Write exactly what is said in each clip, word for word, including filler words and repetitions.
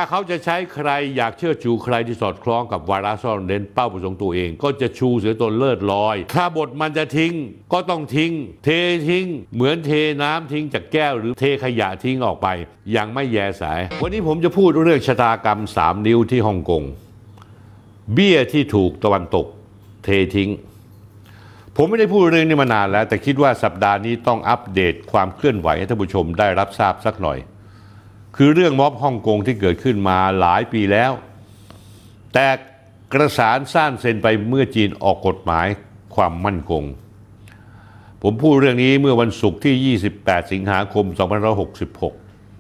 าเขาจะใช้ใครอยากเชื่อชูใครที่สอดคล้องกับวาระซ่อนเร้นเป้าประสงค์ตัวเองก็จะชูเสือตนเลิศลอยถ้าบทมันจะทิ้งก็ต้องทิ้งเททิ้งเหมือนเทน้ำทิ้งจากแก้วหรือเทขยะทิ้งออกไปอย่างไม่แยแสวันนี้ผมจะพูดเรื่องชะตากรรมสามนิ้วที่ฮ่องกงเบี้ยที่ถูกตะวันตกเททิ้งผมไม่ได้พูดเรื่องนี้มานานแล้วแต่คิดว่าสัปดาห์นี้ต้องอัปเดตความเคลื่อนไหวให้ท่านผู้ชมได้รับทราบสักหน่อยคือเรื่องม็อบฮ่องกงที่เกิดขึ้นมาหลายปีแล้วแต่กระสานซ่านเซ็นไปเมื่อจีนออกกฎหมายความมั่นคงผมพูดเรื่องนี้เมื่อวันศุกร์ที่ยี่สิบแปดสิงหาคมสองพันห้าร้อยหกสิบหก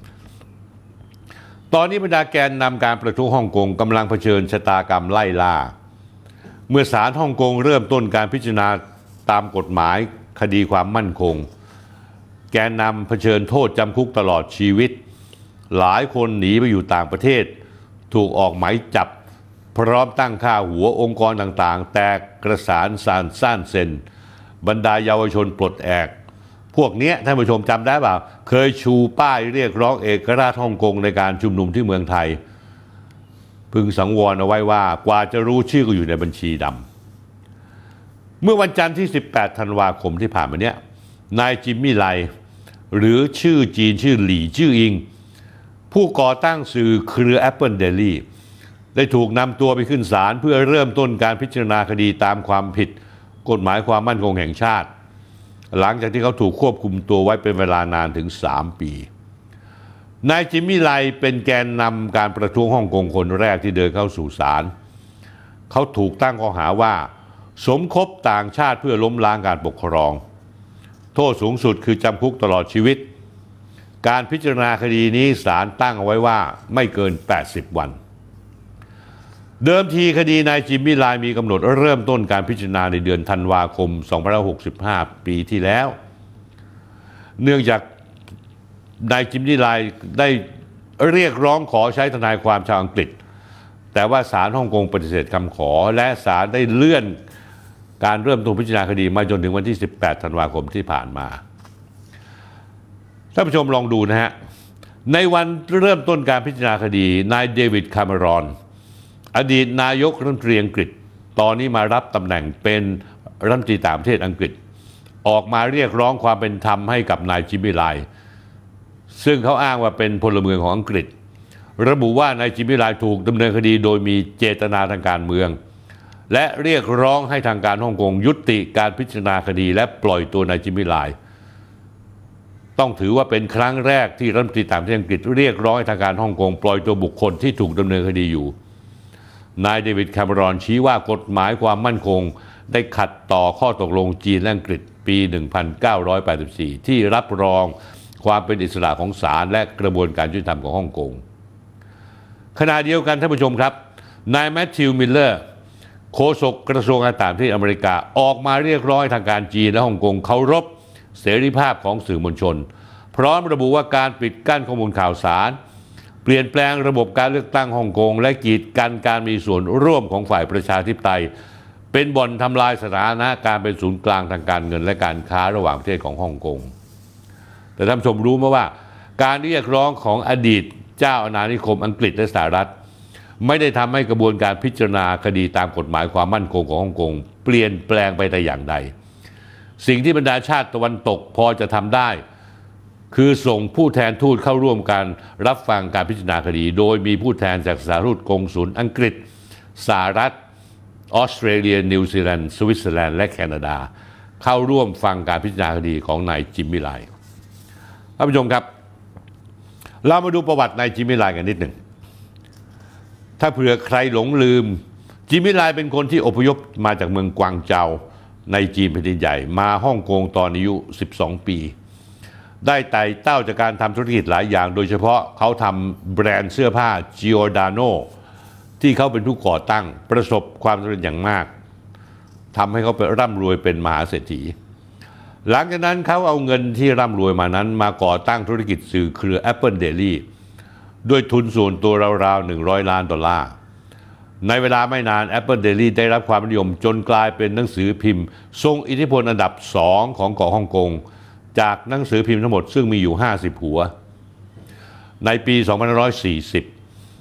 ตอนนี้บรรดาแกนนำการประท้วงฮ่องกงกำลังเผชิญชะตากรรมไล่ล่าเมื่อศาลฮ่องกงเริ่มต้นการพิจารณาตามกฎหมายคดีความมั่นคงแกนนำเผชิญโทษจำคุกตลอดชีวิตหลายคนหนีไปอยู่ต่างประเทศถูกออกหมายจับพร้อมตั้งค่าหัวองค์กรต่างๆแตกกระสานสานซ่านเซ็นบรรดาเยาวชนปลดแอกพวกนี้ท่านผู้ชมจำได้เปล่าเคยชูป้ายเรียกร้องเอกราชฮ่องกงในการชุมนุมที่เมืองไทยพึงสังวรเอาไว้ว่ากว่าจะรู้ชื่อก็อยู่ในบัญชีดำเมื่อวันจันทร์ที่สิบแปดธันวาคมที่ผ่านมาเนี้ยนายจิมมี่ไลหรือชื่อจีนชื่อหลี่จื้ออิงผู้ก่อตั้งสื่อเครือ Apple Daily ได้ถูกนำตัวไปขึ้นศาลเพื่อเริ่มต้นการพิจารณาคดีตามความผิดกฎหมายความมั่นคงแห่งชาติหลังจากที่เขาถูกควบคุมตัวไว้เป็นเวลานานถึงสามปีนายจิมมี่ไลเป็นแกนนำการประท้วงฮ่องกงคนแรกที่เดินเข้าสู่ศาลเขาถูกตั้งข้อหาว่าสมคบต่างชาติเพื่อล้มล้างการปกครองโทษสูงสุดคือจำคุกตลอดชีวิตการพิจารณาคดีนี้ศาลตั้งเอาไว้ว่าไม่เกินแปดสิบวันเดิมทีคดีนายจิมมี่ไลมีกำหนดเริ่มต้นการพิจารณาในเดือนธันวาคมสองพันห้าร้อยหกสิบห้าปีที่แล้วเนื่องจากนายจิมมี่ไลได้เรียกร้องขอใช้ทนายความชาวอังกฤษแต่ว่าศาลฮ่องกงปฏิเสธคำขอและศาลได้เลื่อนการเริ่มต้นพิจารณาคดีมาจนถึงวันที่สิบแปดธันวาคมที่ผ่านมาท่านผู้ชมลองดูนะฮะในวันเริ่มต้นการพิจารณาคดีนายเดวิดคาเมรอนอดีตนายกรัฐมนตรีอังกฤษตอนนี้มารับตำแหน่งเป็นรัฐมนตรีต่างประเทศอังกฤษออกมาเรียกร้องความเป็นธรรมให้กับนายจิมมี่ไลซึ่งเขาอ้างว่าเป็นพลเมืองของอังกฤษระบุว่านายจิมมี่ไลถูกดำเนินคดีโดยมีเจตนาทางการเมืองและเรียกร้องให้ทางการฮ่องกงยุติการพิจารณาคดีและปล่อยตัวนายจิมมี่ไลต้องถือว่าเป็นครั้งแรกที่รัฐมนตรีต่างประเทศอังกฤษเรียกร้องให้ทางการฮ่องกงปล่อยตัวบุคคลที่ถูกดำเนินคดีอยู่นายเดวิดคาเมรอนชี้ว่ากฎหมายความมั่นคงได้ขัดต่อข้อตกลงจีนและอังกฤษปีหนึ่งพันเก้าร้อยแปดสิบสี่ที่รับรองความเป็นอิสระของศาลและกระบวนการยุติธรรมของฮ่องกงขณะเดียวกันท่านผู้ชมครับนายแมทธิวมิลเลอร์โฆษกกระทรวงการต่างประเทศอเมริกาออกมาเรียกร้องให้ทางการจีนและฮ่องกงเคารพเสรีภาพของสื่อมวลชนพร้อมระบุว่าการปิดกั้นข้อมูลข่าวสารเปลี่ยนแปลงระบบการเลือกตั้งฮ่องกงและกีดกันการมีส่วนร่วมของฝ่ายประชาธิปไตยเป็นบ่อนทำลายสถานะการเป็นศูนย์กลางทางการเงินและการค้าระหว่างประเทศของฮ่องกงแต่ท่านผู้ชมรู้ไหมว่าการเรียกร้องของอดีตเจ้าอาณานิคมอังกฤษและสหรัฐไม่ได้ทำให้กระบวนการพิจารณาคดีตามกฎหมายความมั่นคงของฮ่องกงเปลี่ยนแปลงไปแต่อย่างใดสิ่งที่บรรดาชาติตะวันตกพอจะทำได้คือส่งผู้แทนทูตเข้าร่วมการรับฟังการพิจารณาคดีโดยมีผู้แทนจากสถานทูตกงสุลอังกฤษสหรัฐออสเตรเลียนิวซีแลนด์สวิตเซอร์แลนด์และแคนาดาเข้าร่วมฟังการพิจารณาคดีของนายจิมมี่ไลท่านผู้ชมครับเรามาดูประวัตินายจิมมี่ไลกันนิดหนึ่งถ้าเผื่อใครหลงลืมจิมมี่ไลเป็นคนที่อพยพมาจากเมืองกวางเจาในจีนแผ่นดินใหญ่มาฮ่องกงตอนอายุสิบสองปีได้ไต่เต้าจากการทำธุรกิจหลายอย่างโดยเฉพาะเขาทำแบรนด์เสื้อผ้า Giordano ที่เขาเป็นผู้ก่อตั้งประสบความสำเร็จอย่างมากทำให้เขาเป็นร่ำรวยเป็นมหาเศรษฐีหลังจากนั้นเขาเอาเงินที่ร่ำรวยมานั้นมาก่อตั้งธุรกิจสื่อเครือ Apple Daily ด้วยทุนส่วนตัวราวๆหนึ่งร้อยล้านดอลลาร์ในเวลาไม่นาน Apple Daily ได้รับความนิยมจนกลายเป็นหนังสือพิมพ์ทรงอิทธิพลอันดับสองของเกาะฮ่องกงจากหนังสือพิมพ์ทั้งหมดซึ่งมีอยู่ห้าสิบหัวในปีสองพันห้าร้อยสี่สิบ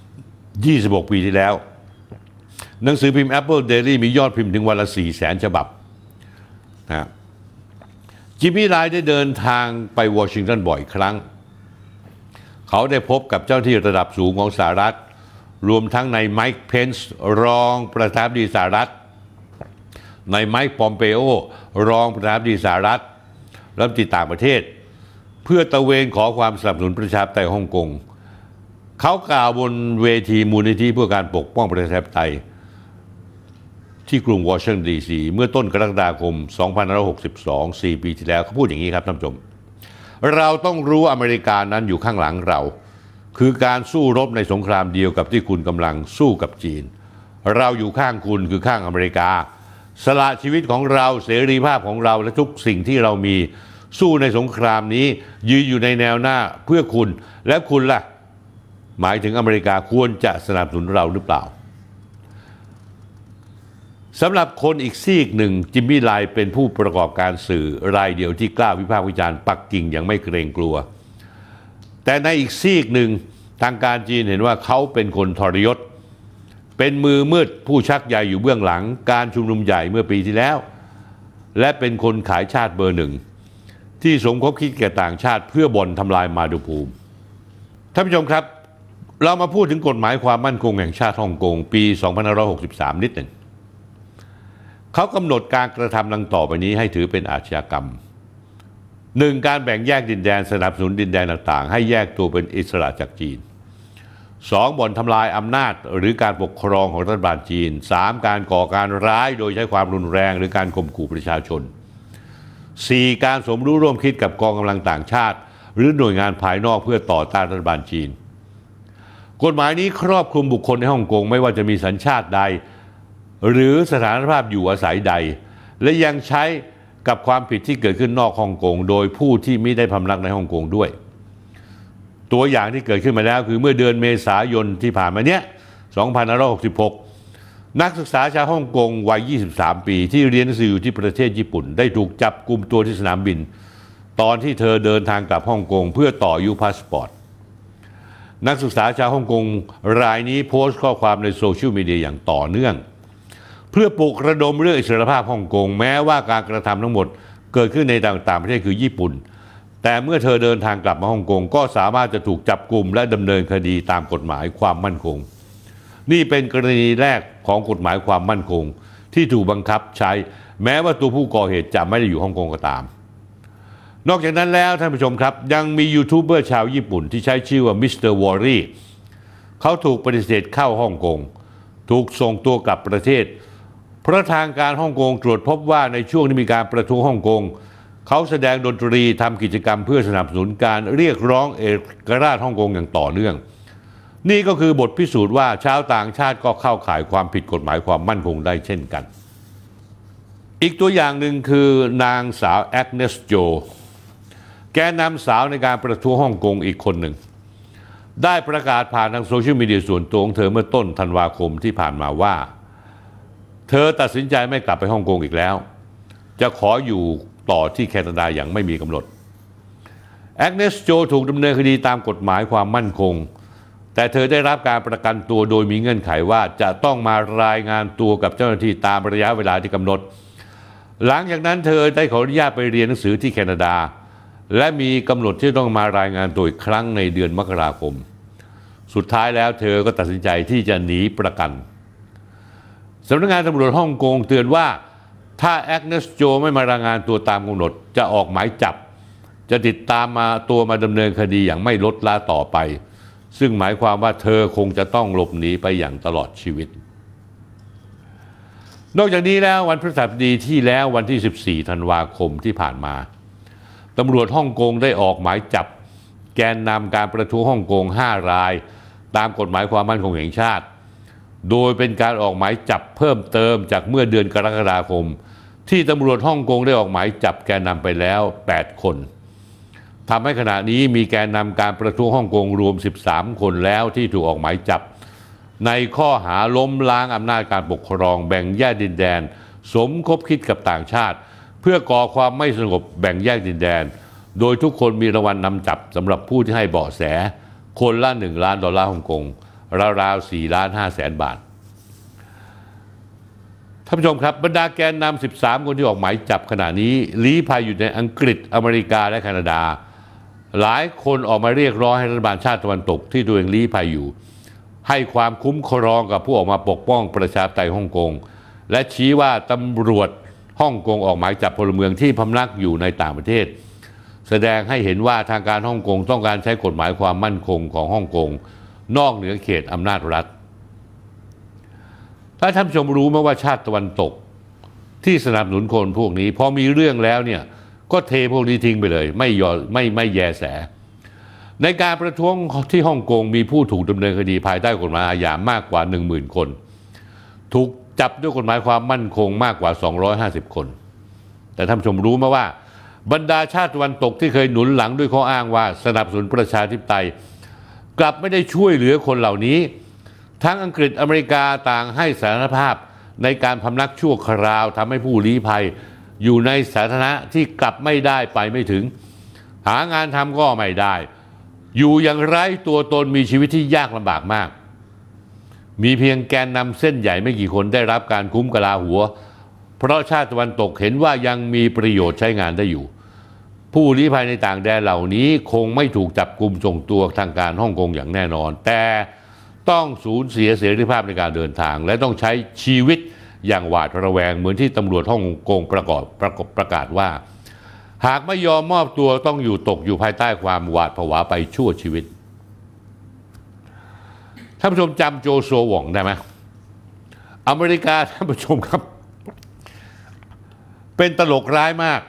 ยี่สิบหก ปีที่แล้วหนังสือพิมพ์ Apple Daily มียอดพิมพ์ถึงวันละ สี่แสน ฉบับนะจิมมี่ไลน์ได้เดินทางไปวอชิงตันบ่อยครั้งเขาได้พบกับเจ้าหน้าที่ระดับสูงของสหรัฐรวมทั้งในไมค์เพนซ์รองประธานาธิบดีสหรัฐในไมค์ปอมเปโอรองประธานาธิบดีสหรัฐรัฐมนตรีต่างประเทศเพื่อตระเวนขอความสนับสนุนประชาธิปไตยฮ่องกงเขากล่าวบนเวทีมูลนิธิเพื่อการปกป้องประชาธิปไตยที่กรุงวอชิงตันดีซีเมื่อต้นกรกฎาคมสองพันห้าร้อยหกสิบสอง สี่ปีที่แล้วเขาพูดอย่างนี้ครับท่านผู้ชมเราต้องรู้อเมริกานั้นอยู่ข้างหลังเราคือการสู้รบในสงครามเดียวกับที่คุณกำลังสู้กับจีนเราอยู่ข้างคุณคือข้างอเมริกาสละชีวิตของเราเสรีภาพของเราและทุกสิ่งที่เรามีสู้ในสงครามนี้ยืนอยู่ในแนวหน้าเพื่อคุณและคุณล่ะหมายถึงอเมริกาควรจะสนับสนุนเราหรือเปล่าสำหรับคนอีกซีกหนึ่งจิมมี่ไลน์เป็นผู้ประกอบการสื่อรายเดียวที่กล้าวิพากษ์วิจารณ์ปักกิ่งอย่างไม่เกรงกลัวแต่ในอีกซีกหนึ่งทางการจีนเห็นว่าเขาเป็นคนทรยศเป็นมือมืดผู้ชักใยอยู่เบื้องหลังการชุมนุมใหญ่เมื่อปีที่แล้วและเป็นคนขายชาติเบอร์หนึ่งที่สมคบคิดแก่ต่างชาติเพื่อบ่อนทำลายมาตุภูมิท่านผู้ชมครับเรามาพูดถึงกฎหมายความมั่นคงแห่งชาติฮ่องกงปีสองพันห้าร้อยหกสิบสามนิดหนึ่งเขากำหนดการกระทำดังต่อไปนี้ให้ถือเป็นอาชญากรรมหนึ่งการแบ่งแยกดินแดนสนับสนุนดินแดนต่างๆให้แยกตัวเป็นอิสระจากจีนสองบ่อนทำลายอำนาจหรือการปกครองของรัฐบาลจีนสามการก่อการร้ายโดยใช้ความรุนแรงหรือการข่มขู่ประชาชนสี่การสมรู้ร่วมคิดกับกองกำลังต่างชาติหรือหน่วยงานภายนอกเพื่อต่อต้านรัฐบาลจีนกฎหมายนี้ครอบคลุมบุคคลในฮ่องกงไม่ว่าจะมีสัญชาติใดหรือสถานภาพอยู่อาศัยใดและยังใช้กับความผิดที่เกิดขึ้นนอกฮ่องกงโดยผู้ที่ไม่ได้พำนักในฮ่องกงด้วยตัวอย่างที่เกิดขึ้นมาแล้วคือเมื่อเดือนเมษายนที่ผ่านมาเนี้ยสองพันห้าร้อยหกสิบหกนักศึกษาชาวฮ่องกงวัยยี่สิบสามปีที่เรียนหนังสืออยู่ที่ประเทศญี่ปุ่นได้ถูกจับกุมตัวที่สนามบินตอนที่เธอเดินทางกลับฮ่องกงเพื่อต่ออายุพาสปอร์ตนักศึกษาชาวฮ่องกงรายนี้โพสต์ข้อความในโซเชียลมีเดียอย่างต่อเนื่องเพื่อปลุกระดมเรื่องอิสรภาพฮ่องกงแม้ว่าการกระทำทั้งหมดเกิดขึ้นในต่างประเทศคือญี่ปุ่นแต่เมื่อเธอเดินทางกลับมาฮ่องกงก็สามารถจะถูกจับกุมและดำเนินคดีตามกฎหมายความมั่นคงนี่เป็นกรณีแรกของกฎหมายความมั่นคงที่ถูกบังคับใช้แม้ว่าตัวผู้ก่อเหตุจะไม่ได้อยู่ฮ่องกงก็ตามนอกจากนั้นแล้วท่านผู้ชมครับยังมียูทูบเบอร์ชาวญี่ปุ่นที่ใช้ชื่อว่ามิสเตอร์วอรี่เขาถูกปฏิเสธเข้าฮ่องกงถูกส่งตัวกลับประเทศเพราะทางการฮ่องกงตรวจพบว่าในช่วงที่มีการประท้วงฮ่องกงเขาแสดงดนตรีทำกิจกรรมเพื่อสนับสนุนการเรียกร้องเอกราชฮ่องกงอย่างต่อเนื่องนี่ก็คือบทพิสูจน์ว่าชาวต่างชาติก็เข้าข่ายความผิดกฎหมายความมั่นคงได้เช่นกันอีกตัวอย่างหนึ่งคือนางสาวแอกเนสโจแกนนำสาวในการประท้วงฮ่องกงอีกคนหนึ่งได้ประกาศผ่านทางโซเชียลมีเดียส่วนตัวของเธอเมื่อต้นธันวาคมที่ผ่านมาว่าเธอตัดสินใจไม่กลับไปฮ่องกงอีกแล้วจะขออยู่ต่อที่แคนาดาอย่างไม่มีกำหนดแอกเนสโจถูกดำเนินคดีตามกฎหมายความมั่นคงแต่เธอได้รับการประกันตัวโดยมีเงื่อนไขว่าจะต้องมารายงานตัวกับเจ้าหน้าที่ตามระยะเวลาที่กำหนดหลังจากนั้นเธอได้ขออนุญาตไปเรียนหนังสือที่แคนาดาและมีกำหนดที่ต้องมารายงานตัวอีกครั้งในเดือนมกราคมสุดท้ายแล้วเธอก็ตัดสินใจที่จะหนีประกันสำนักงานตำรวจฮ่องกงเตือนว่าถ้าแอกเนสโจไม่มารายงานตัวตามกำหนดจะออกหมายจับจะติดตามมาตัวมาดำเนินคดีอย่างไม่ลดละต่อไปซึ่งหมายความว่าเธอคงจะต้องหลบหนีไปอย่างตลอดชีวิตนอกจากนี้แล้ววันพฤหัสบดีที่แล้ววันที่สิบสี่ธันวาคมที่ผ่านมาตำรวจฮ่องกงได้ออกหมายจับแกนนำการประท้วงฮ่องกงห้ารายตามกฎหมายความมั่นคงแห่งชาติโดยเป็นการออกหมายจับเพิ่มเติมจากเมื่อเดือนกรกฎาคมที่ตำรวจฮ่องกงได้ออกหมายจับแกนนำไปแล้วแปดคนทำให้ขณะนี้มีแกนนำการประท้วงฮ่องกงรวมสิบสามคนแล้วที่ถูกออกหมายจับในข้อหาล้มล้างอำนาจการปกครองแบ่งแยกดินแดนสมคบคิดกับต่างชาติเพื่อก่อความไม่สงบแบ่งแยกดินแดนโดยทุกคนมีรางวัลนำจับสำหรับผู้ที่ให้เบาะแสคนละหนึ่งล้านดอลลาร์ฮ่องกงราวๆสี่ล้านห้าแสนบาทท่านผู้ชมครับบรรดาแกนนำสิบสามคนที่ออกหมายจับขณะนี้ลี้ภัยอยู่ในอังกฤษอเมริกาและแคนาดาหลายคนออกมาเรียกร้องให้รัฐบาลชาติตะวันตกที่ตัวเองลี้ภัยอยู่ให้ความคุ้มครองกับผู้ออกมาปกป้องประชาธิปไตยฮ่องกงและชี้ว่าตำรวจฮ่องกงออกหมายจับพลเมืองที่พำนักอยู่ในต่างประเทศแสดงให้เห็นว่าทางการฮ่องกงต้องการใช้กฎหมายความมั่นคงของฮ่องกงนอกเหนือเขตอำนาจรัฐถ้าท่านผู้ชมรู้ไหมว่าชาติตะวันตกที่สนับสนุนคนพวกนี้พอมีเรื่องแล้วเนี่ยก็เทพวกนี้ทิ้งไปเลยไม่ยอไม่ไม่แยแสในการประท้วงที่ฮ่องกงมีผู้ถูกดำเนินคดีภายใต้กฎหมายอาญามากกว่า หนึ่งหมื่น คนถูกจับด้วยกฎหมายความมั่นคงมากกว่า สองร้อยห้าสิบ คนแต่ท่านผู้ชมรู้ไหมว่าบรรดาชาติตะวันตกที่เคยหนุนหลังด้วยข้ออ้างว่าสนับสนุนประชาธิปไตยกลับไม่ได้ช่วยเหลือคนเหล่านี้ทั้งอังกฤษอเมริกาต่างให้สารภาพในการพำนักชั่วคราวทำให้ผู้ลี้ภัยอยู่ในสาธารณะที่กลับไม่ได้ไปไม่ถึงหางานทำก็ไม่ได้อยู่อย่างไร้ตัวตนมีชีวิตที่ยากลำบากมากมีเพียงแกนนำเส้นใหญ่ไม่กี่คนได้รับการคุ้มกะลาหัวเพราะชาติตะวันตกเห็นว่ายังมีประโยชน์ใช้งานได้อยู่ผู้ลี้ภัยในต่างแดนเหล่านี้คงไม่ถูกจับกุมส่งตัวทางการฮ่องกงอย่างแน่นอนแต่ต้องสูญเสียเสรีภาพในการเดินทางและต้องใช้ชีวิตอย่างหวาดระแวงเหมือนที่ตำรวจฮ่องกงประกอบประกอบประกาศว่าหากไม่ยอมมอบตัวต้องอยู่ตกอยู่ภายใต้ความหวาดผวาไปชั่วชีวิตท่านผู้ชมจำโจโซหว่องได้ไหมอเมริกาท่านผู้ชมครับเป็นตลกร้ายมาก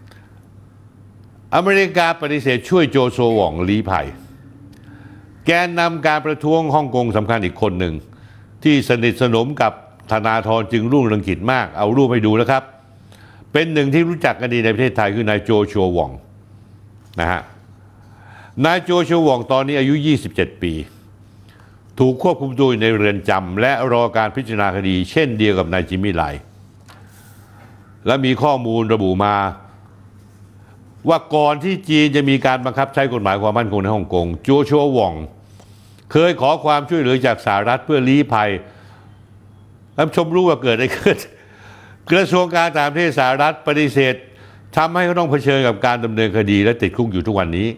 อเมริกาปฏิเสธช่วยโจโซหว่องลี้ภัยแกนนำการประท้วงฮ่องกงสำคัญอีกคนหนึ่งที่สนิทสนมกับธนาธรจึงรุ่งเรืองกิจมากเอารูปให้ดูนะครับเป็นหนึ่งที่รู้จักกันดีในประเทศไทยคือนายโจโฉหว่องนะฮะนายโจโฉหว่องตอนนี้อายุยี่สิบเจ็ดปีถูกควบคุมตัวอยู่ในเรือนจำและรอการพิจารณาคดีเช่นเดียวกับนายจิมมี่ไลและมีข้อมูลระบุมาว่าก่อนที่จีนจะมีการบังคับใช้กฎหมายความมั่นคงในฮ่องกงโจโฉหว่องเคยขอความช่วยเหลือจากสหรัฐเพื่อลี้ภัยท่านผู้ชมรู้ว่าเกิดอะไรขึ้นกระทรวงการต่างประเทศสหรัฐปฏิเสธทำให้เขาต้องเผชิญกับการดำเนินคดีและติดคุกอยู่ทุกวันนี้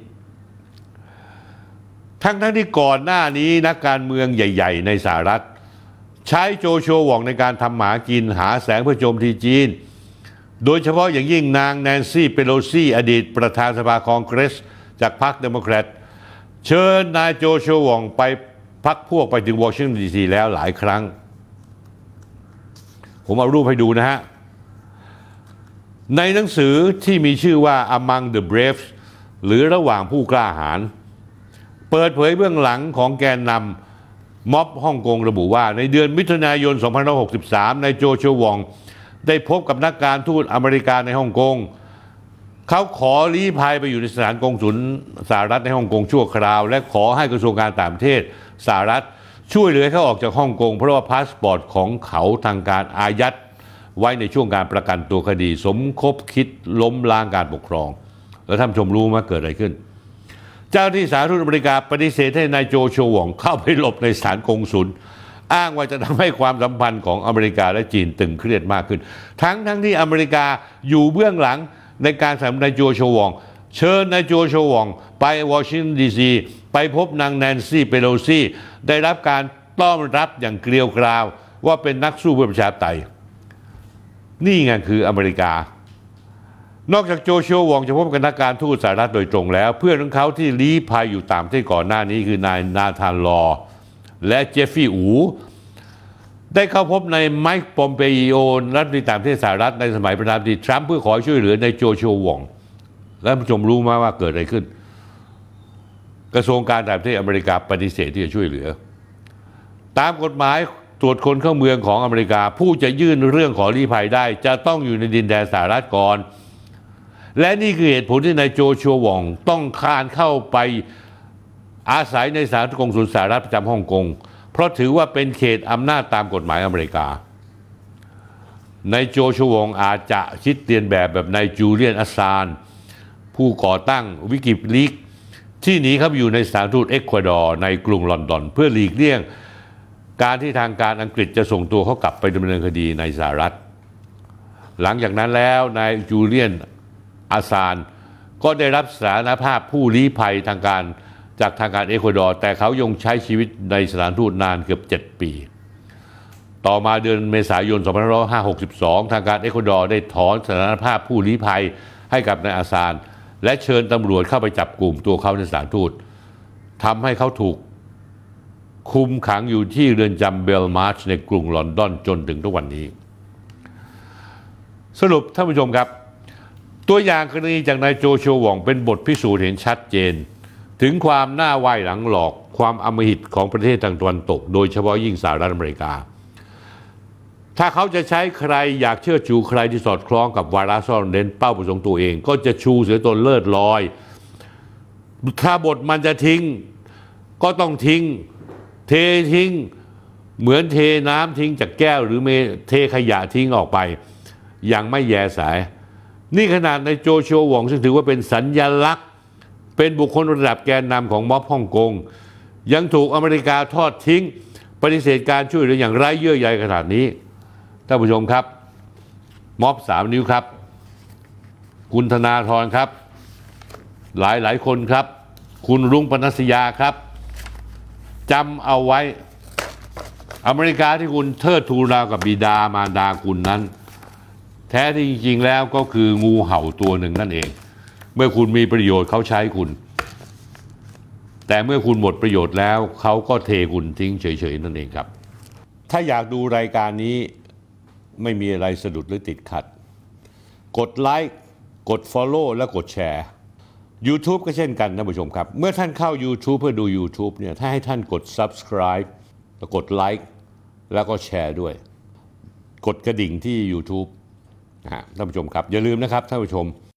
ทั้งทั้งที่ก่อนหน้านี้นักการเมืองใหญ่ๆในสหรัฐใช้โจโฉหว่องในการทำหมากินหาแสงเพื่อโจมตีจีนโดยเฉพาะอย่างยิ่งนางแนนซี่เปโลซีอดีตประธานสภาคองเกรสจากพรรคเดโมแครตเชิญนายโจโฉหว่องไปพักพวกไปถึงวอชิงตันดีซีแล้วหลายครั้งผมเอารูปให้ดูนะฮะในหนังสือที่มีชื่อว่า Among the Brave หรือระหว่างผู้กล้าหาญเปิดเผยเบื้องหลังของแกนนำม็อบฮ่องกงระบุว่าในเดือนมิถุนายนสองพันห้าร้อยหกสิบสามนายโจโฉหว่องได้พบกับนักการทูตอเมริกาในฮ่องกงเขาขอลี้ภัยไปอยู่ในสถานกงสุลสหรัฐในฮ่องกงชั่วคราวและขอให้กระทรวงการต่างประเทศสหรัฐช่วยเหลือเขาออกจากฮ่องกงเพราะว่าพาสปอร์ตของเขาทางการอายัดไว้ในช่วงการประกันตัวคดีสมคบคิดล้มล้างการปกครองแล้วท่านผู้ชมรู้ว่าเกิดอะไรขึ้นเจ้าที่สาธารณรัฐอเมริกาปฏิเสธให้นายโจโฉหว่องเข้าไปหลบในสถานกงสุลอ้างว่าจะทำให้ความสัมพันธ์ของอเมริกาและจีนตึงเครียดมากขึ้นทั้งทั้งที่อเมริกาอยู่เบื้องหลังในการสนับสนุนนายโจโฉหว่องเชิญนายโจโฉหว่องไปวอชิงตันดีซีไปพบนางแนนซี่เปโลซีได้รับการต้อนรับอย่างเกลียวกราวว่าเป็นนักสู้เพื่อประชาธิปไตยนี่ไงคืออเมริกานอกจากโจโฉหว่องจะพบกับนักการทูตสหรัฐโดยตรงแล้วเพื่อนของเขาที่ลี้ภัยอยู่ต่างประเทศก่อนหน้านี้คือนายนาธานลอและเจฟฟี่อูได้เข้าพบในไมค์ปอมเปอิโอรัฐมนตรีต่างประเทศสหรัฐในสมัยประธานาธิบดีทรัมป์เพื่อขอช่วยเหลือในโจโฉหว่องและผู้ชมรู้มาว่าเกิดอะไรขึ้นกระทรวงการต่างประเทศอเมริกาปฏิเสธที่จะช่วยเหลือตามกฎหมายตรวจคนเข้าเมืองของอเมริกาผู้จะยื่นเรื่องขอลี้ภัยได้จะต้องอยู่ในดินแดนสหรัฐก่อนและนี่คือเหตุผลที่นายโจโฉหว่องต้องคานเข้าไปอาศัยในสถานกงสุลสหรัฐประจำฮ่องกงเพราะถือว่าเป็นเขตอำนาจตามกฎหมายอเมริกานายโจโฉหว่องอาจจะคิดเรียนแบบแบบนายจูเลียนอัสซานผู้ก่อตั้งวิกิลีกที่หนีเข้าไปอยู่ในสถานทูตเอกวาดอร์ในกรุงลอนดอนเพื่อหลีกเลี่ยงการที่ทางการอังกฤษจะส่งตัวเขากลับไปดำเนินคดีในสหรัฐหลังจากนั้นแล้วนายจูเลียนอาซานก็ได้รับสถานภาพผู้ลี้ภัยทางการจากทางการเอกวาดอร์แต่เขายังใช้ชีวิตในสถานทูตนานเกือบเจ็ดปีต่อมาเดือนเมษายนสองพันห้าร้อยหกสิบสองทางการเอกวาดอร์ได้ถอนสถานภาพผู้ลี้ภัยให้กับนายอาซานและเชิญตำรวจเข้าไปจับกลุ่มตัวเขาในสถานทูตทำให้เขาถูกคุมขังอยู่ที่เรือนจำเบลมาร์ชในกรุงลอนดอนจนถึงทุกวันนี้สรุปท่านผู้ชมครับตัวอย่างกรณีจากนายโจชัวหว่องเป็นบทพิสูจน์เห็นชัดเจนถึงความหน้าไหว้หลังหลอกความอำมหิตของประเทศทางตะวันตกโดยเฉพาะยิ่งสหรัฐอเมริกาถ้าเขาจะใช้ใครอยากเชื่อชูใครที่สอดคล้องกับวาระซ่อนเร้นเป้าประสงค์ตัวเองก็จะชูเสียตนเลิศลอยถ้าบทมันจะทิ้งก็ต้องทิ้งเททิ้งเหมือนเทน้ำทิ้งจากแก้วหรือเทขยะทิ้งออกไปยังไม่แยสายนี่ขนาดในโจชัวหว่องซึ่งถือว่าเป็นสัญญลักษณ์เป็นบุคคลระดับแกนนำของม็อบฮ่องกงยังถูกอเมริกาทอดทิ้งปฏิเสธการช่วยเหลืออย่างไร้เยื่อใยขนาดนี้ท่านผู้ชมครับม็อบสามนิ้วครับคุณธนาธรครับหลายหลายคนครับคุณรุ้งปนัสยาครับจำเอาไว้อเมริกาที่คุณเทิดทูนราวกับบิดามารดาคุณนั้นแท้ที่จริงๆแล้วก็คืองูเห่าตัวหนึ่งนั่นเองเมื่อคุณมีประโยชน์เขาใช้คุณแต่เมื่อคุณหมดประโยชน์แล้วเขาก็เทคุณทิ้งเฉยๆนั่นเองครับถ้าอยากดูรายการนี้ไม่มีอะไรสะดุดหรือติดขัดกดไลค์กด Follow และกดแชร์ YouTube ก็เช่นกันท่านผู้ชมครับเมื่อท่านเข้า YouTube เพื่อดู YouTube เนี่ยถ้าให้ท่านกด Subscribe แล้วกดไลค์แล้วก็แชร์ด้วยกดกระดิ่งที่ YouTube นะฮะท่านผู้ชมครับอย่าลืมนะครับท่านผู้ชม